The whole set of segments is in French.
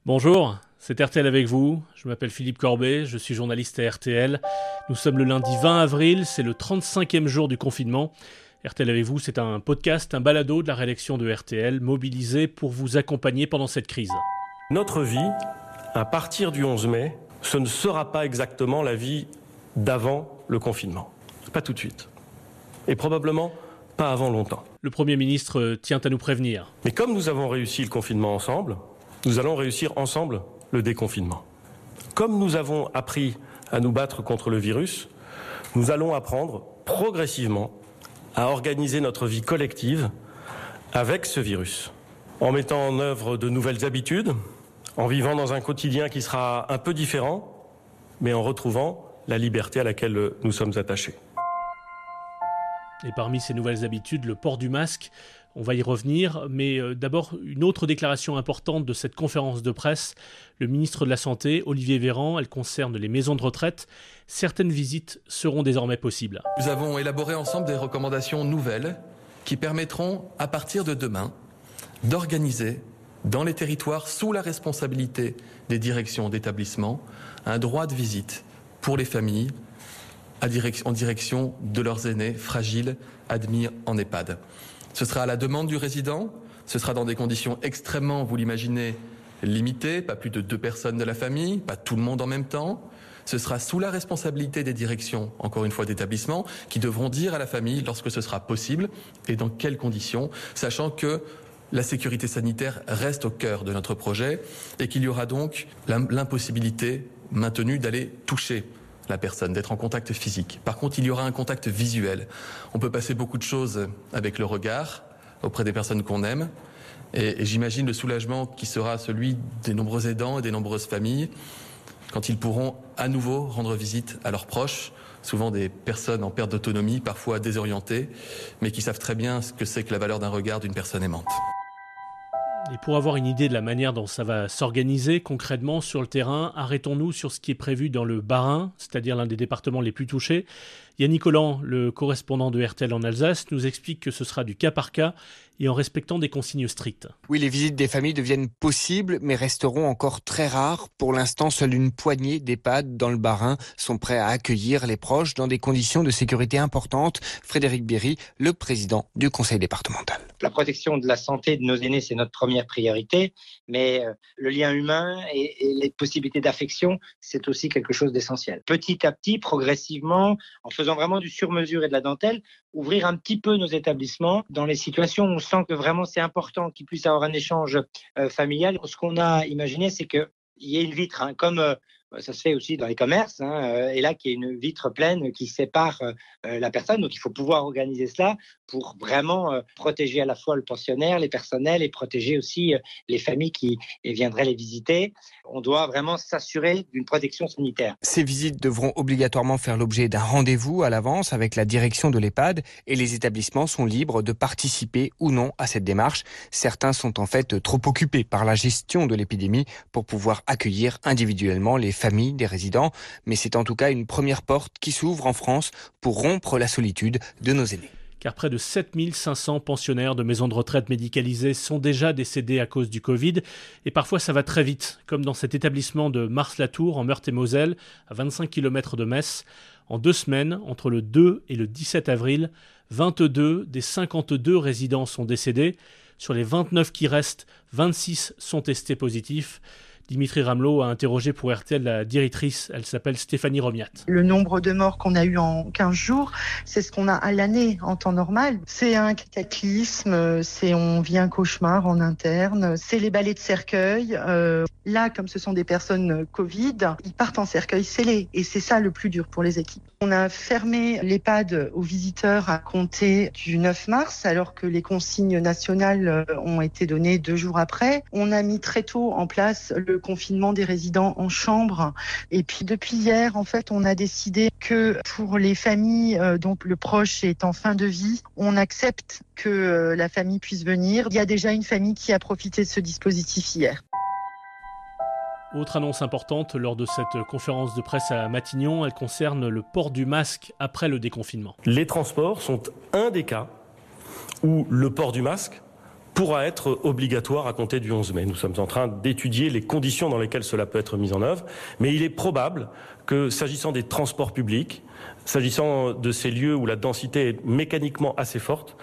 Bonjour, c'est RTL avec vous. Je m'appelle Philippe Corbet, je suis journaliste à RTL. Nous sommes le lundi 20 avril, c'est le 35e jour du confinement. RTL avec vous, c'est un podcast, un balado de la rédaction de RTL, mobilisé pour vous accompagner pendant cette crise. Notre vie, à partir du 11 mai, ce ne sera pas exactement la vie d'avant le confinement. Pas tout de suite. Et probablement pas avant longtemps. Le Premier ministre tient à nous prévenir. Mais comme nous avons réussi le confinement ensemble, nous allons réussir ensemble le déconfinement. Comme nous avons appris à nous battre contre le virus, nous allons apprendre progressivement à organiser notre vie collective avec ce virus, en mettant en œuvre de nouvelles habitudes, en vivant dans un quotidien qui sera un peu différent, mais en retrouvant la liberté à laquelle nous sommes attachés. Et parmi ces nouvelles habitudes, le port du masque, on va y revenir, mais d'abord une autre déclaration importante de cette conférence de presse. Le ministre de la Santé, Olivier Véran, elle concerne les maisons de retraite. Certaines visites seront désormais possibles. Nous avons élaboré ensemble des recommandations nouvelles qui permettront, à partir de demain, d'organiser dans les territoires, sous la responsabilité des directions d'établissement, un droit de visite pour les familles en direction de leurs aînés fragiles admis en EHPAD. Ce sera à la demande du résident, ce sera dans des conditions extrêmement, vous l'imaginez, limitées, pas plus de 2 personnes de la famille, pas tout le monde en même temps. Ce sera sous la responsabilité des directions, encore une fois d'établissement, qui devront dire à la famille lorsque ce sera possible et dans quelles conditions, sachant que la sécurité sanitaire reste au cœur de notre projet et qu'il y aura donc l'impossibilité maintenue d'aller toucher la personne, d'être en contact physique. Par contre, il y aura un contact visuel. On peut passer beaucoup de choses avec le regard auprès des personnes qu'on aime. Et j'imagine le soulagement qui sera celui des nombreux aidants et des nombreuses familles quand ils pourront à nouveau rendre visite à leurs proches, souvent des personnes en perte d'autonomie, parfois désorientées, mais qui savent très bien ce que c'est que la valeur d'un regard d'une personne aimante. Et pour avoir une idée de la manière dont ça va s'organiser concrètement sur le terrain, arrêtons-nous sur ce qui est prévu dans le Bas-Rhin, c'est-à-dire l'un des départements les plus touchés. Yannick Collant, le correspondant de RTL en Alsace, nous explique que ce sera du cas par cas et en respectant des consignes strictes. Oui, les visites des familles deviennent possibles, mais resteront encore très rares. Pour l'instant, seule une poignée d'EHPAD dans le Bas-Rhin sont prêts à accueillir les proches dans des conditions de sécurité importantes. Frédéric Berry, le président du conseil départemental. La protection de la santé de nos aînés, c'est notre première priorité, mais le lien humain et les possibilités d'affection, c'est aussi quelque chose d'essentiel. Petit à petit, progressivement, en faisant vraiment du sur-mesure et de la dentelle, ouvrir un petit peu nos établissements dans les situations où on sent que vraiment c'est important qu'il puisse avoir un échange familial. Ce qu'on a imaginé, c'est qu'il y ait une vitre, comme ça se fait aussi dans les commerces, et là qu'il y ait une vitre pleine qui sépare la personne. Donc il faut pouvoir organiser cela pour vraiment protéger à la fois le pensionnaire, les personnels et protéger aussi les familles qui viendraient les visiter. On doit vraiment s'assurer d'une protection sanitaire. Ces visites devront obligatoirement faire l'objet d'un rendez-vous à l'avance avec la direction de l'EHPAD et les établissements sont libres de participer ou non à cette démarche. Certains sont en fait trop occupés par la gestion de l'épidémie pour pouvoir accueillir individuellement les familles des résidents. Mais c'est en tout cas une première porte qui s'ouvre en France pour rompre la solitude de nos aînés. Car près de 7500 pensionnaires de maisons de retraite médicalisées sont déjà décédés à cause du Covid. Et parfois ça va très vite, comme dans cet établissement de Mars-la-Tour en Meurthe-et-Moselle, à 25 km de Metz. En 2 semaines, entre le 2 et le 17 avril, 22 des 52 résidents sont décédés. Sur les 29 qui restent, 26 sont testés positifs. Dimitri Ramelot a interrogé pour RTL la directrice, elle s'appelle Stéphanie Romiat. Le nombre de morts qu'on a eu en 15 jours, c'est ce qu'on a à l'année en temps normal. C'est un cataclysme, on vit un cauchemar en interne, c'est les balais de cercueil. Là, comme ce sont des personnes Covid, ils partent en cercueil scellé et c'est ça le plus dur pour les équipes. On a fermé l'EHPAD aux visiteurs à compter du 9 mars alors que les consignes nationales ont été données 2 jours après. On a mis très tôt en place le confinement des résidents en chambre. Et puis depuis hier, en fait, on a décidé que pour les familles dont le proche est en fin de vie, on accepte que la famille puisse venir. Il y a déjà une famille qui a profité de ce dispositif hier. Autre annonce importante lors de cette conférence de presse à Matignon, elle concerne le port du masque après le déconfinement. Les transports sont un des cas où le port du masque pourra être obligatoire à compter du 11 mai. Nous sommes en train d'étudier les conditions dans lesquelles cela peut être mis en œuvre, mais il est probable que, s'agissant des transports publics, s'agissant de ces lieux où la densité est mécaniquement assez forte,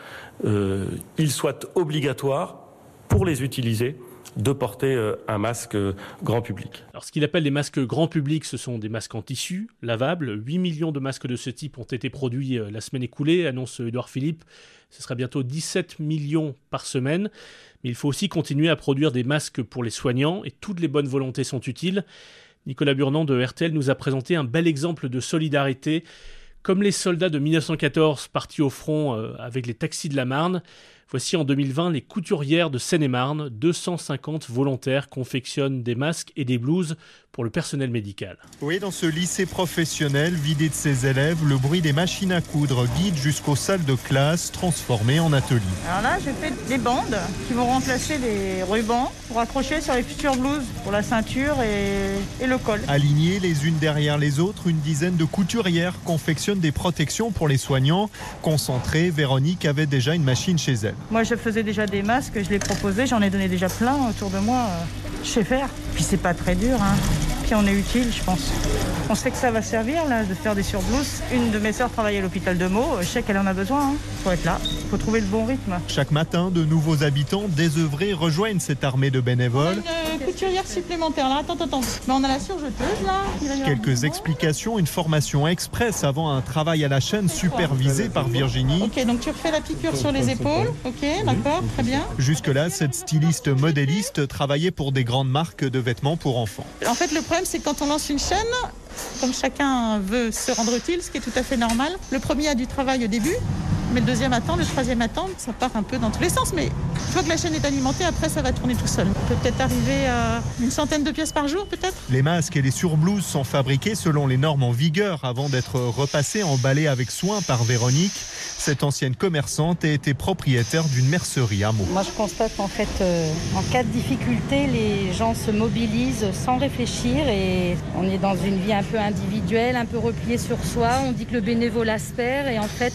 il soit obligatoire pour les utiliser de porter un masque grand public. Alors, ce qu'il appelle les masques grand public, ce sont des masques en tissu, lavables. 8 millions de masques de ce type ont été produits la semaine écoulée, annonce Édouard Philippe. Ce sera bientôt 17 millions par semaine. Mais il faut aussi continuer à produire des masques pour les soignants et toutes les bonnes volontés sont utiles. Nicolas Burnand de RTL nous a présenté un bel exemple de solidarité. Comme les soldats de 1914 partis au front avec les taxis de la Marne, voici en 2020 les couturières de Seine-et-Marne. 250 volontaires confectionnent des masques et des blouses pour le personnel médical. Oui, dans ce lycée professionnel vidé de ses élèves, le bruit des machines à coudre guide jusqu'aux salles de classe transformées en ateliers. Alors là, j'ai fait des bandes qui vont remplacer les rubans pour accrocher sur les futures blouses pour la ceinture et le col. Alignées les unes derrière les autres, une dizaine de couturières confectionnent des protections pour les soignants. Concentrée, Véronique avait déjà une machine chez elle. Moi, je faisais déjà des masques, je les proposais, j'en ai donné déjà plein autour de moi. Je sais faire. Puis c'est pas très dur, hein. Puis on est utile, je pense. On sait que ça va servir là, de faire des surblouses. Une de mes sœurs travaille à l'hôpital de Meaux. Je sais qu'elle en a besoin. Faut être là. Faut trouver le bon rythme. Chaque matin, de nouveaux habitants désœuvrés rejoignent cette armée de bénévoles. Une couturière supplémentaire là. Attends. Mais on a la surjeteuse là. Quelques explications, une formation express avant un travail à la chaîne supervisé par Virginie. Ok, donc tu refais la piqûre sur les épaules. Ok, d'accord, très bien. Jusque-là, cette styliste modéliste travaillait pour des grandes marques de vêtements pour enfants. En fait, le problème, c'est que quand on lance une chaîne, comme chacun veut se rendre utile, ce qui est tout à fait normal, le premier a du travail au début, mais le deuxième attend, le troisième attend, ça part un peu dans tous les sens. Mais une fois que la chaîne est alimentée, après, ça va tourner tout seul. On peut peut-être arriver à une centaine de pièces par jour, peut-être. Les masques et les surblouses sont fabriqués selon les normes en vigueur avant d'être repassés, emballés avec soin par Véronique. Cette ancienne commerçante a été propriétaire d'une mercerie à Meaux. Moi, je constate qu'en fait, en cas de difficulté, les gens se mobilisent sans réfléchir et on est dans une vie un peu individuelle, un peu repliée sur soi. On dit que le bénévolat se perd et en fait,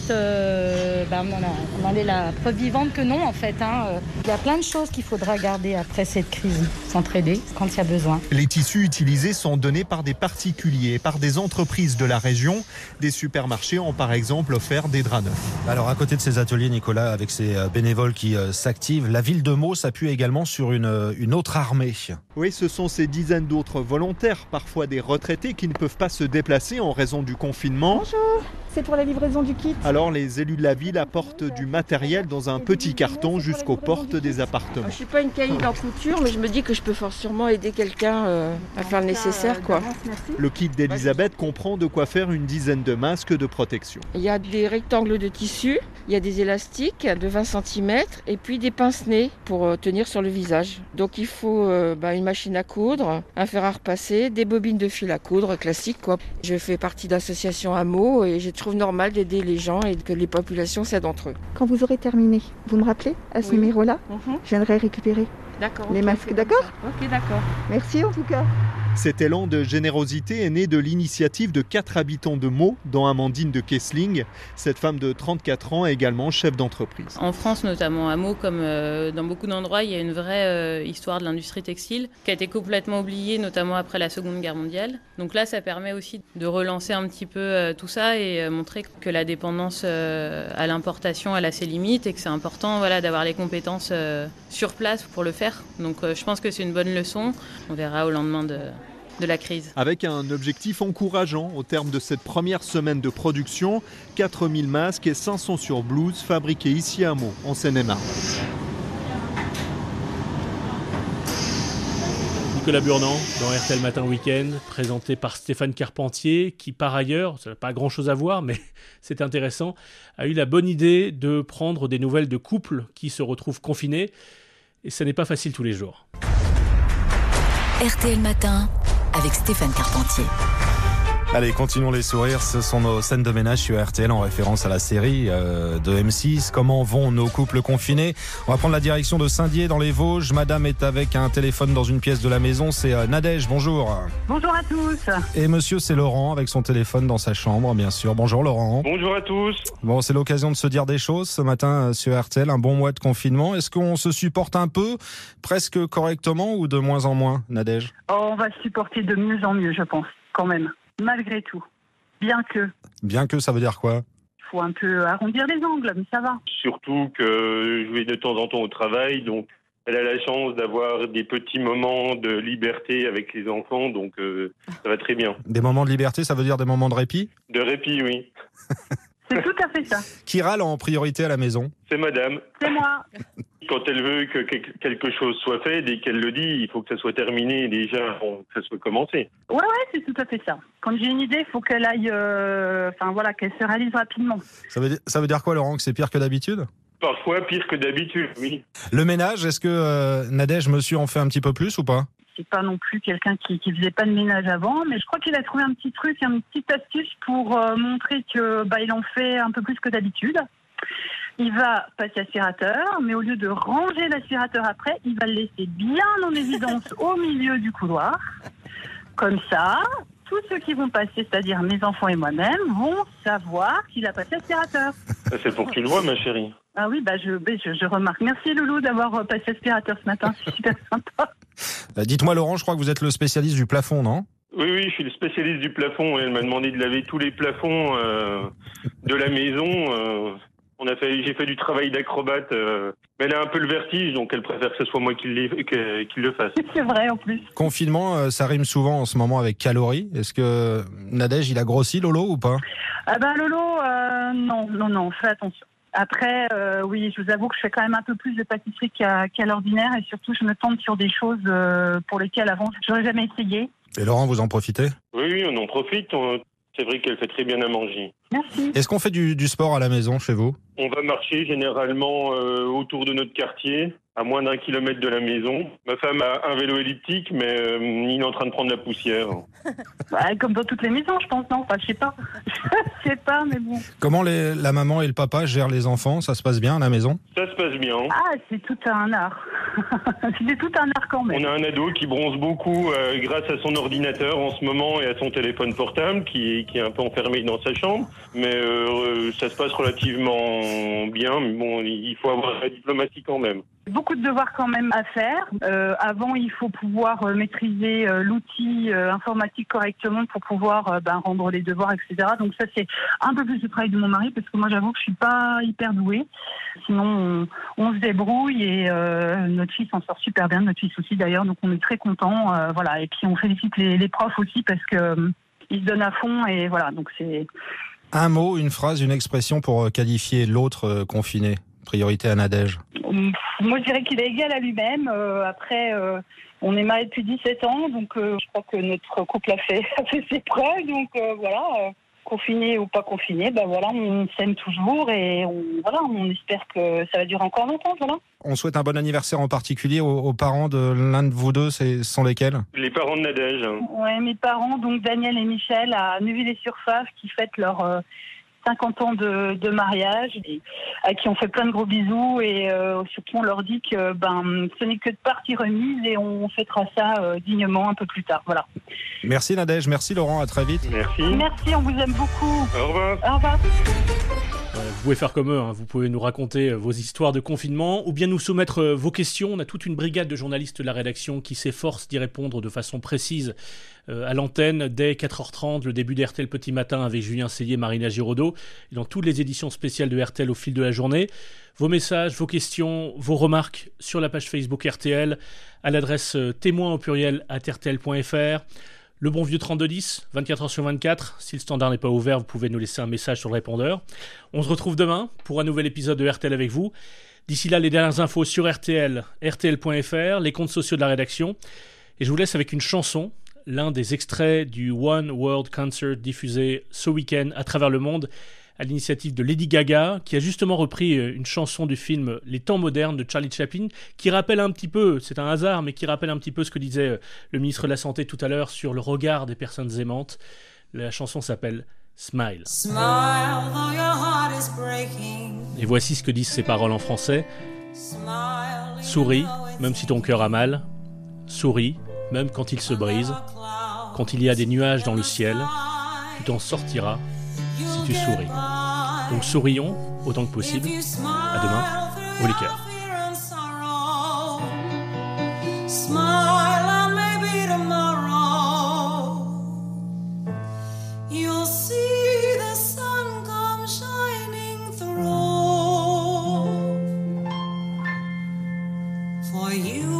on en est la preuve vivante que non, en fait. Il y a plein de choses qu'il faudra garder après cette crise, s'entraider quand il y a besoin. Les tissus utilisés sont donnés par des particuliers, par des entreprises de la région. Des supermarchés ont par exemple offert des draps neufs. Alors à côté de ces ateliers, Nicolas, avec ces bénévoles qui s'activent, la ville de Meaux s'appuie également sur une autre armée. Oui, ce sont ces dizaines d'autres volontaires, parfois des retraités qui ne peuvent pas se déplacer en raison du confinement. Bonjour, c'est pour la livraison du kit. Alors les élus de la ville apportent du matériel dans un petit carton jusqu'aux portes des appartements. Je ne suis pas une caïd en couture, mais je me dis que je peux fort sûrement aider quelqu'un à faire le nécessaire, quoi. Le kit d'Elisabeth comprend de quoi faire une dizaine de masques de protection. Il y a des rectangles de tissu, il y a des élastiques de 20 cm et puis des pince-nez pour tenir sur le visage. Donc il faut une machine à coudre, un fer à repasser, des bobines de fil à coudre classiques, quoi. Je fais partie d'associations à Meaux et je trouve normal d'aider les gens et que les populations s'aident entre eux. Quand vous aurez terminé, vous me rappelez à ce numéro-là. Je viendrai récupérer les masques, d'accord ? Ok, d'accord. Merci en tout cas. Cet élan de générosité est né de l'initiative de 4 habitants de Meaux, dont Amandine de Kessling. Cette femme de 34 ans est également chef d'entreprise. En France, notamment à Meaux, comme dans beaucoup d'endroits, il y a une vraie histoire de l'industrie textile qui a été complètement oubliée, notamment après la Seconde Guerre mondiale. Donc là, ça permet aussi de relancer un petit peu tout ça et montrer que la dépendance à l'importation, elle a ses limites et que c'est important d'avoir les compétences sur place pour le faire. Donc je pense que c'est une bonne leçon. On verra au lendemain de la crise. Avec un objectif encourageant au terme de cette première semaine de production, 4000 masques et 500 surblouses fabriqués ici à Meaux, en Seine-et-Marne. Nicolas Burnand dans RTL Matin Week-end, présenté par Stéphane Carpentier, qui par ailleurs, ça n'a pas grand-chose à voir, mais c'est intéressant, a eu la bonne idée de prendre des nouvelles de couples qui se retrouvent confinés, et ça n'est pas facile tous les jours. RTL Matin avec Stéphane Carpentier. Allez, continuons les sourires. Ce sont nos scènes de ménage sur RTL en référence à la série de M6. Comment vont nos couples confinés ? On va prendre la direction de Saint-Dié dans les Vosges. Madame est avec un téléphone dans une pièce de la maison. C'est Nadège, bonjour. Bonjour à tous. Et monsieur, c'est Laurent avec son téléphone dans sa chambre, bien sûr. Bonjour Laurent. Bonjour à tous. Bon, c'est l'occasion de se dire des choses ce matin sur RTL. Un bon mois de confinement. Est-ce qu'on se supporte un peu, presque correctement ou de moins en moins, Nadège ? On va se supporter de mieux en mieux, je pense, quand même. Malgré tout. Bien que, ça veut dire quoi ? Il faut un peu arrondir les angles, mais ça va. Surtout que je vais de temps en temps au travail, donc elle a la chance d'avoir des petits moments de liberté avec les enfants, donc ça va très bien. Des moments de liberté, ça veut dire des moments de répit ? De répit, oui. C'est tout à fait ça. Qui râle en priorité à la maison ? C'est madame. C'est moi. Quand elle veut que quelque chose soit fait, dès qu'elle le dit, il faut que ça soit terminé déjà avant que ça soit commencé. Ouais, c'est tout à fait ça. Quand j'ai une idée, il faut qu'elle aille, qu'elle se réalise rapidement. Ça veut dire quoi, Laurent, que c'est pire que d'habitude ? Parfois pire que d'habitude, oui. Le ménage, est-ce que Nadège, monsieur, en fait un petit peu plus ou pas ? C'est pas non plus quelqu'un qui faisait pas de ménage avant, mais je crois qu'il a trouvé un petit truc, une petite astuce pour montrer que il en fait un peu plus que d'habitude. Il va passer aspirateur, mais au lieu de ranger l'aspirateur après, il va le laisser bien en évidence au milieu du couloir. Comme ça, tous ceux qui vont passer, c'est-à-dire mes enfants et moi-même, vont savoir qu'il a passé aspirateur. C'est pour que tu le vois, ma chérie. Ah oui, je remarque. Merci Loulou d'avoir passé aspirateur ce matin, c'est super sympa. Dites-moi Laurent, je crois que vous êtes le spécialiste du plafond, non ? Oui, je suis le spécialiste du plafond. Elle m'a demandé de laver tous les plafonds de la maison. J'ai fait du travail d'acrobate. Mais elle a un peu le vertige, donc elle préfère que ce soit moi qui le fasse. C'est vrai en plus. Confinement, ça rime souvent en ce moment avec calories. Est-ce que Nadège, il a grossi Lolo ou pas ? Lolo, non, fais attention. Après, oui, je vous avoue que je fais quand même un peu plus de pâtisserie qu'à l'ordinaire et surtout, je me tente sur des choses pour lesquelles avant, j'aurais jamais essayé. Et Laurent, vous en profitez ? Oui, on en profite. C'est vrai qu'elle fait très bien à manger. Merci. Est-ce qu'on fait du sport à la maison chez vous ? On va marcher généralement autour de notre quartier, à moins d'1 kilomètre de la maison. Ma femme a un vélo elliptique, mais il est en train de prendre la poussière. Comme dans toutes les maisons, je pense, non ? Enfin, je sais pas. Je sais pas, mais bon. Comment la maman et le papa gèrent les enfants ? Ça se passe bien à la maison ? Ça se passe bien. Ah, c'est tout un art. C'est tout un art quand même. On a un ado qui bronze beaucoup grâce à son ordinateur en ce moment et à son téléphone portable qui est un peu enfermé dans sa chambre. Mais ça se passe relativement bien. Mais bon, il faut avoir la diplomatie quand même. Beaucoup de devoirs quand même à faire. Avant, il faut pouvoir maîtriser l'outil informatique correctement pour pouvoir rendre les devoirs, etc. Donc ça, c'est un peu plus le travail de mon mari parce que moi, j'avoue que je suis pas hyper douée. Sinon, on se débrouille et notre fils s'en sort super bien. Notre fils aussi d'ailleurs, donc on est très contents. Voilà. Et puis on félicite les profs aussi parce que ils se donnent à fond et voilà. Donc c'est un mot, une phrase, une expression pour qualifier l'autre confiné. Priorité à Nadège. Moi, je dirais qu'il est égal à lui-même. Après, on est mariés depuis 17 ans, donc je crois que notre couple a fait ses preuves. Donc voilà, confiné ou pas confiné, on s'aime toujours et on espère que ça va durer encore longtemps. Voilà. On souhaite un bon anniversaire en particulier aux parents de l'un de vous deux. Ce sont lesquels ? Les parents de Nadège. Ouais, mes parents, donc Daniel et Michel à Neuville-les-Surfaces, qui fêtent leur 50 ans de mariage, et à qui on fait plein de gros bisous et surtout on leur dit que ce n'est que de partie remise et on fêtera ça dignement un peu plus tard. Voilà. Merci Nadège, merci Laurent, à très vite. Merci, on vous aime beaucoup. Au revoir. Au revoir. Vous pouvez faire comme eux, vous pouvez nous raconter vos histoires de confinement ou bien nous soumettre vos questions. On a toute une brigade de journalistes de la rédaction qui s'efforce d'y répondre de façon précise à l'antenne dès 4h30, le début d'RTL Petit Matin avec Julien Seillet, Marina Giraudot et dans toutes les éditions spéciales de RTL au fil de la journée. Vos messages, vos questions, vos remarques sur la page Facebook RTL à l'adresse témoin@rtl.fr. Le bon vieux 3210, 24h sur 24. Si le standard n'est pas ouvert, vous pouvez nous laisser un message sur le répondeur. On se retrouve demain pour un nouvel épisode de RTL avec vous. D'ici là, les dernières infos sur RTL, rtl.fr, les comptes sociaux de la rédaction. Et je vous laisse avec une chanson, l'un des extraits du One World Concert diffusé ce week-end à travers le monde à l'initiative de Lady Gaga, qui a justement repris une chanson du film Les Temps modernes de Charlie Chaplin, qui rappelle un petit peu, c'est un hasard, mais qui rappelle un petit peu ce que disait le ministre de la Santé tout à l'heure sur le regard des personnes aimantes. La chanson s'appelle Smile. Smile, though your heart is breaking. Et voici ce que disent ces paroles en français. Smile, Souris, même si ton cœur a mal. Souris, même quand il se brise. Quand il y a des nuages dans le ciel, tu t'en sortiras si tu souris. Donc sourions autant que possible. À demain, au liqueur. Smile and maybe tomorrow you'll see the sun come shining through for you.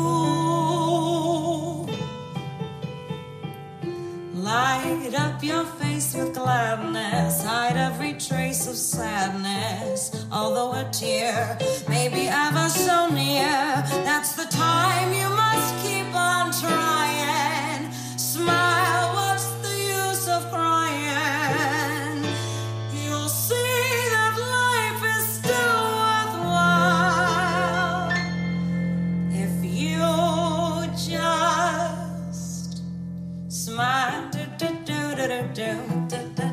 Light up your face with gladness, hide every trace of sadness. Although a tear may be ever so near, that's the time you must keep on trying. Smile, what's the use of crying? You'll see that life is still worthwhile if you just smile. Do, do, do, do, do, do, do.